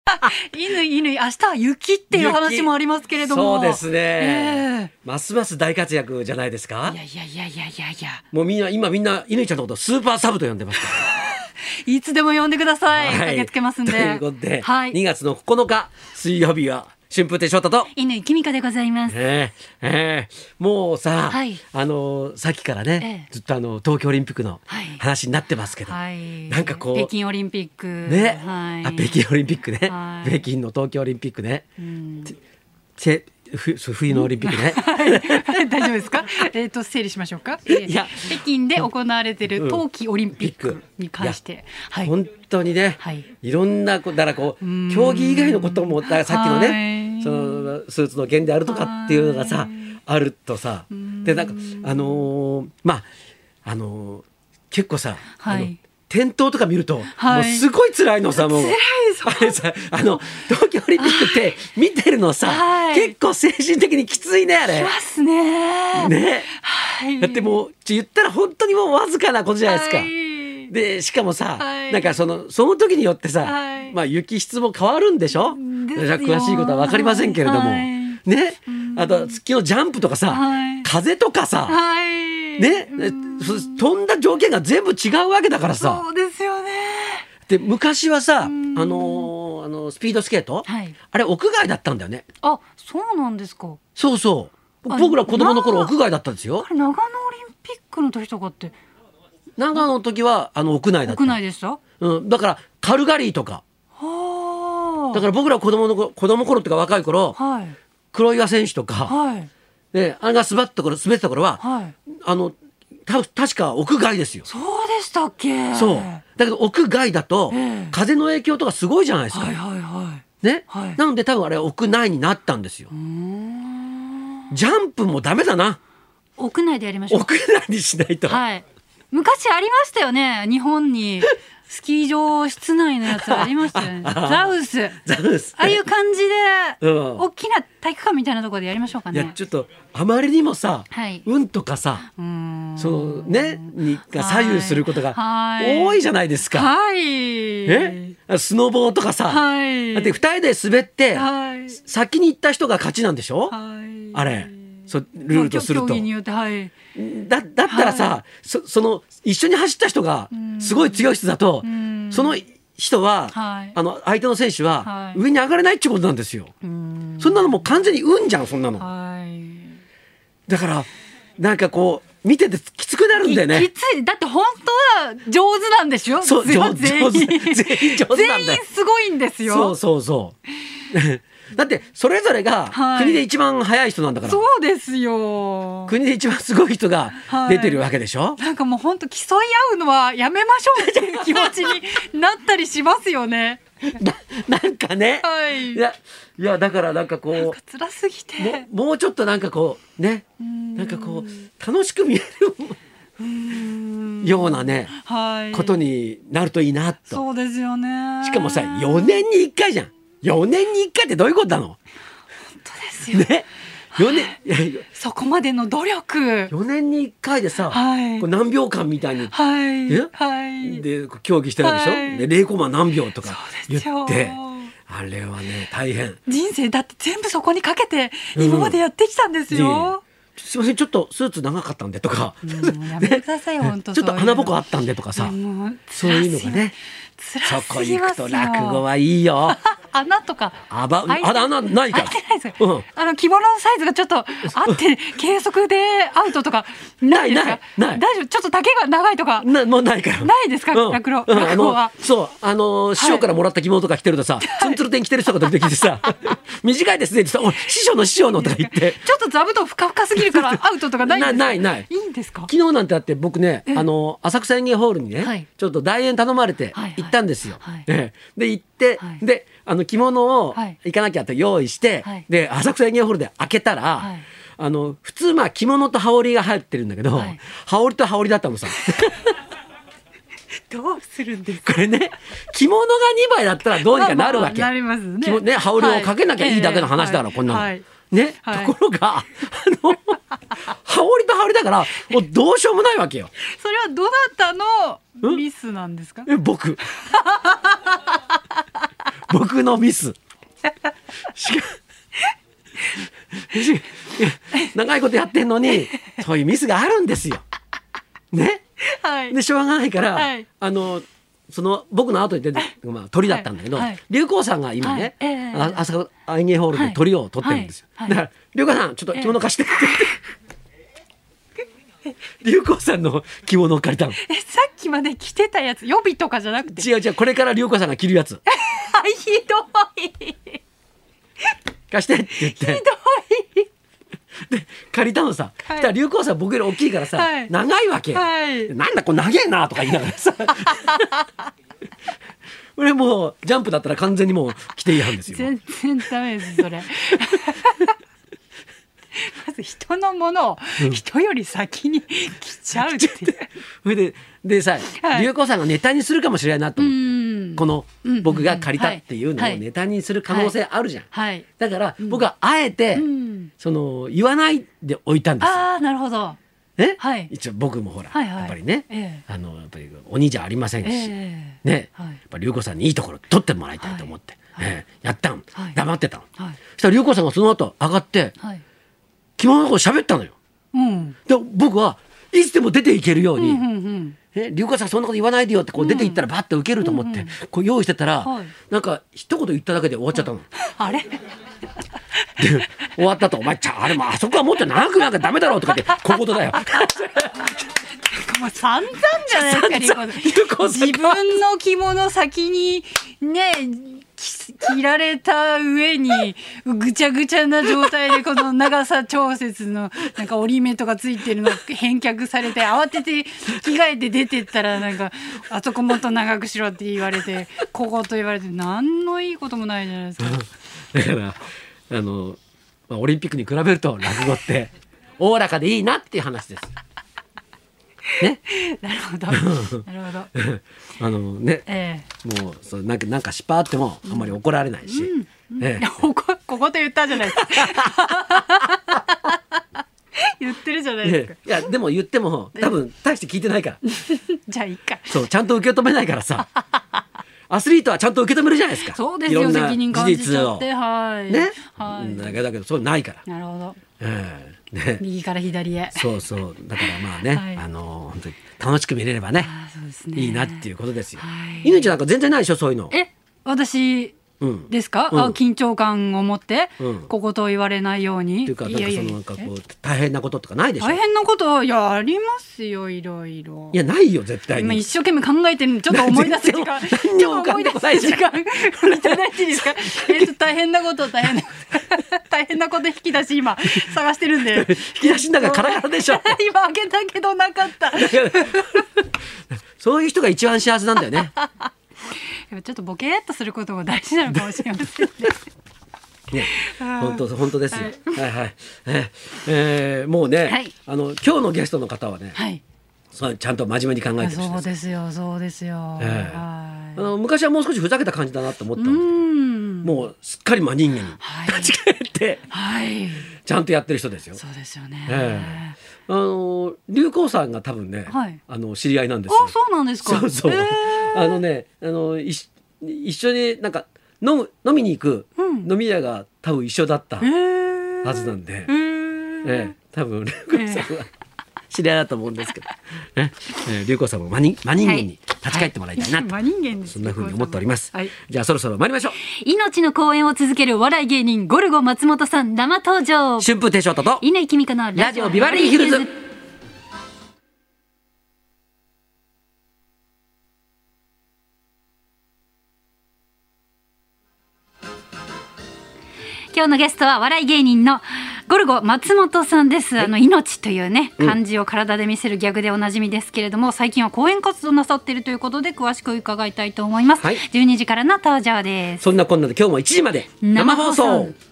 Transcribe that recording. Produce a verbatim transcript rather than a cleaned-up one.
犬犬明日は雪っていう話もありますけれども。 そうですね、 えー、 ますます大活躍じゃないですか。 いやいやいやいやいやいや、 もうみんな今みんな乾ちゃんのことスーパーサブと呼んでますからいつでも呼んでください、 はい、 駆けつけますんで。 ということで、 はい、 にがつのここのか水曜日は春風亭昇太と乾きみかでございます。 えーえー、もうさ、 はい、 あのさっきからね、 えー、 ずっとあの東京オリンピックの話になってますけど、 はい、 なんかこう北京オリンピックね、 はい、 あ北京オリンピックね、 はい、 北京の東京オリンピックね、 うん、 てふ冬のオリンピックね、 はい、大丈夫ですか。えっと整理しましょうか。えー、 いや北京で行われている冬季オリンピックに関して、 はい、本当にね、はい、いろんなだからこう競技以外のこともだからさっきのね、そのスーツの件であるとかっていうのがさあるとさ、でなんかあのー、まああのー、結構さ、はい、あの転倒とか見ると、はい、もうすごい辛いのさ、もう辛いです。あれさ、あの東京オリンピックって見てるのさ、はい、結構精神的にきついね、あれ。 きますね。 ね、 はい、 だってもう言ったら本当にもうわずかなことじゃないですか。はい、でしかもさ、はい、なんかそのその時によってさ、はい、まあ雪質も変わるんでしょ。詳しいことは分かりませんけれども、はい、ね、あと月のジャンプとかさ、はい、風とかさ。はい、ね、飛んだ条件が全部違うわけだからさ。 そうですよね。 で昔はさ、あのー、あのスピードスケート、はい、あれ屋外だったんだよね。 あ、そうなんですか。 そうそう、僕ら子供の頃屋外だったんですよ。 あれ長野オリンピックの時とかって長野の時はあの屋内だった。 屋内でした、 うん、だからカルガリーとか、はだから僕ら子供の子供頃っていうか若い頃、はい、黒岩選手とか、はい、であれが滑った頃滑ってた頃は、はい、あのた確か屋外ですよ。 そうでしたっけ。 そうだけど屋外だと、えー、風の影響とかすごいじゃないですか。はいはいはいね、はい、なので多分あれ屋内になったんですよ。うーん、ジャンプもダメだな。 屋内でやりましょう。 屋内にしないと。 はい、昔ありましたよね、日本にスキー場室内のやつありましたよねザウスザウス、 ああいう感じで、うん、大きな体育館みたいなところでやりましょうかね。 いやちょっとあまりにもさ、はい、運とかさ、うーん、そのねにが左右することが多いじゃないですか。はい、えスノボーとかさ、はい、だってふたりで滑って、はい、先に行った人が勝ちなんでしょ、はい、あれそルールとすると、競技によって、はい、だ, だったらさ、はい、そ, その一緒に走った人がすごい強い人だと、その人は、はい、あの相手の選手は上に上がれないってことなんですよ。そんなのもう完全に運じゃん、そんなの。はい、だからなんかこう見ててきつくなるんだよね。 きつい。だって本当は上手なんでしょ。 そう、上手、 全員全員上手なんだよ。 全員すごいんですよ。 そうそうそうだってそれぞれが国で一番速い人なんだから、 はい、そうですよ。 国で一番すごい人が出てるわけでしょ、はい、 なんかもう本当競い合うのはやめましょうっていう気持ちになったりしますよねな, なんかね、はい、いやいやだからなんかこうなんか辛すぎても, もうちょっとなんかこうねんなんかこう楽しく見えるうーんようなね、はい、ことになるといいなと。 そうですよね。 しかもさよねんにいっかいじゃん。よねんにいっかいってどういうことなの。本当ですよね。よねん、 はい、そこまでの努力よねんにいっかいでさ、はい、こう何秒間みたいに、 はいはい、 で競技してるでしょ、はい、でゼロコマ何秒とか言そうってですよ。 あれはね大変。 人生だって全部そこにかけて今までやってきたんですよ、 うん、すいませんちょっとスーツ長かったんでとか、 うん、やめてください、本当ちょっと穴ぼこあったんでとかさ、そういうのがね、そこ行くと落語はいいよ穴とかあば穴ないから、 うん、あの着物のサイズがちょっとあって計測でアウトとかないですか。ないない大丈夫。ちょっと丈が長いとかなもうないからないですか、うん、落語、うん、落語はそうあの師匠からもらった着物とか着てるとさ、はい、ツンツルテン着てる人が出てきてさ短いですねって言ったら師匠の師匠のとか言ってちょっと座布団ふかふかすぎるからアウトとかないんですか。 なないないいいんですか。 昨日なんてあって僕ねあの浅草演芸ホールにね、はい、ちょっと代演頼まれて行ったんですよ、はいはい、で行って、はい、であの着物を行かなきゃと用意して、はい、で浅草演芸ホールで開けたら、はい、あの普通まあ着物と羽織が入ってるんだけど、はい、羽織と羽織だったのさどうするんですかこれね。着物がにばいだったらどうにかなるわけ、 まあまあなりますね。 ね、羽織をかけなきゃいいだけの話だから、はい、こんなの、はいねはい、ところがあの羽織と羽織だからもうどうしようもないわけよ。 それはどなたのミスなんですか。 え僕僕のミスしか長いことやってんのにそういうミスがあるんですよ。ね、はい、でしょうがないから、はい、あのその僕の後に出て、まあ、鳥だったんだけど、はいはい、龍光さんが今ね、はいえー、あそこ演芸ホールで鳥を取ってるんですよ、はいはい、だから龍光さんちょっと着物貸してって言って、えー、龍光さんの着物を借りたの。 えさっきまで着てたやつ予備とかじゃなくて。 違う違う、これから龍光さんが着るやつひどい貸してって言って、ひどいで借りたのさ、はい、したら龍光さん僕より大きいからさ、はい、長いわけ、はい、なんだこれ長えなとか言いながらさ俺もうジャンプだったら完全にもう着ていいはんですよ。 全然ダメですそれまず人のものを人より先に着ちゃうっていう、 それででさ、はい、龍光さんがネタにするかもしれないなと思って、この僕が借りたっていうのをネタにする可能性あるじゃん、はいはい、だから僕はあえて、うん、その言わないで置いたんですよ。 あーなるほど、 ね、はい、一応僕もほら、はいはい、やっぱりね、えー、あのやっぱり鬼じゃありませんし、えーね、はい、やっぱ龍光さんにいいところ取ってもらいたいと思って、はいえー、やったん、はい、黙ってたの、はい、そしたら龍光さんがその後上がって、はい着物のこと喋ったのよ、うん、で僕はいつでも出ていけるように、うんうんうん、え龍光さんそんなこと言わないでよってこう出ていったらバッと受けると思って、うんうん、こう用意してたら、はい、なんか一言言っただけで終わっちゃったの、 はい、あれで終わったとお前ちゃあれもあそこはもっと長くなんかダメだろうとかって小言だよもう散々じゃないですか自分の着物先にね着られた上にぐちゃぐちゃな状態でこの長さ調節のなんか折り目とかついてるの返却されて慌てて着替えて出てったらなんかあそこもっと長くしろって言われてここと言われて何のいいこともないじゃないですか。 だからあの、まあ、オリンピックに比べると落語っておおらかでいいなっていう話です。ね、 なるほどなるほどあのね、えー、もうそうなんかなんか失敗あってもあんまり怒られないし、うんうんえー、ここここと言ったじゃないですか言ってるじゃないですか。 いやでも言っても多分大して聞いてないからじゃあいいか。 そうちゃんと受け止めないからさアスリートはちゃんと受け止めるじゃないですか。 そうですよ、いろんな責任感じちゃってはいね、 はい、 だけどだけどそうないから。 なるほど、 えーね、 右から左へ。 そうそうだからまあね、はい、あの本当に楽しく見れればね、そうですね、いいなっていうことですよ。いぬちなんか全然ないでしょそういうの。 え私ですか、うん、あ緊張感を持って、うん、ここと言われないように。 っていうか、なんかそのなんかこう大変なこととかないでしょ。 大変なこといやありますよいろいろ。 いやないよ絶対に。 今一生懸命考えてるのちょっと思い出す時間何にも思い出す時間いただいていいですか。えっと大変なこと大変な大変なこと引き出し今探してるんで引き出しの中カラカラでしょ今開けたけどなかったそういう人が一番幸せなんだよねちょっとボケーっとすることも大事なのかもしれませんね。 ね、本当本当ですよ。はい、はいはい、えーえー、もうね、はい、あの今日のゲストの方はね、はい、そうちゃんと真面目に考えてる人です。 そうですよそうですよ。えー、はいあの昔はもう少しふざけた感じだなと思ったんですけど、うんもうすっかり真人間に立ち返って、はい、ちゃんとやってる人ですよ。 そうですよね。 えー、あの龍光さんが多分ね、はい、あの知り合いなんですよ。 あそうなんですか。 そうそう。えーあのね、あのい一緒になんか飲む飲みに行く飲み屋が多分一緒だったはずなんで、えーえー、多分龍光さんは知り合いだと思うんですけど、ねえー、龍光さんも真人間に立ち返ってもらいたいなと、はいはい、そんな風に思っております、はい、じゃあそろそろ参りましょう。 命の公演を続ける笑い芸人ゴルゴ松本さん生登場。 春風亭昇太と稲井君香のラジオビバリーヒルズ。 今日のゲストは笑い芸人のゴルゴ松本さんです。あの命というね漢字を体で見せるギャグでおなじみですけれども、うん、最近は講演活動なさっているということで詳しく伺いたいと思います、はい、じゅうにじからの登場です。 そんなこんなで今日もいちじまで生放送。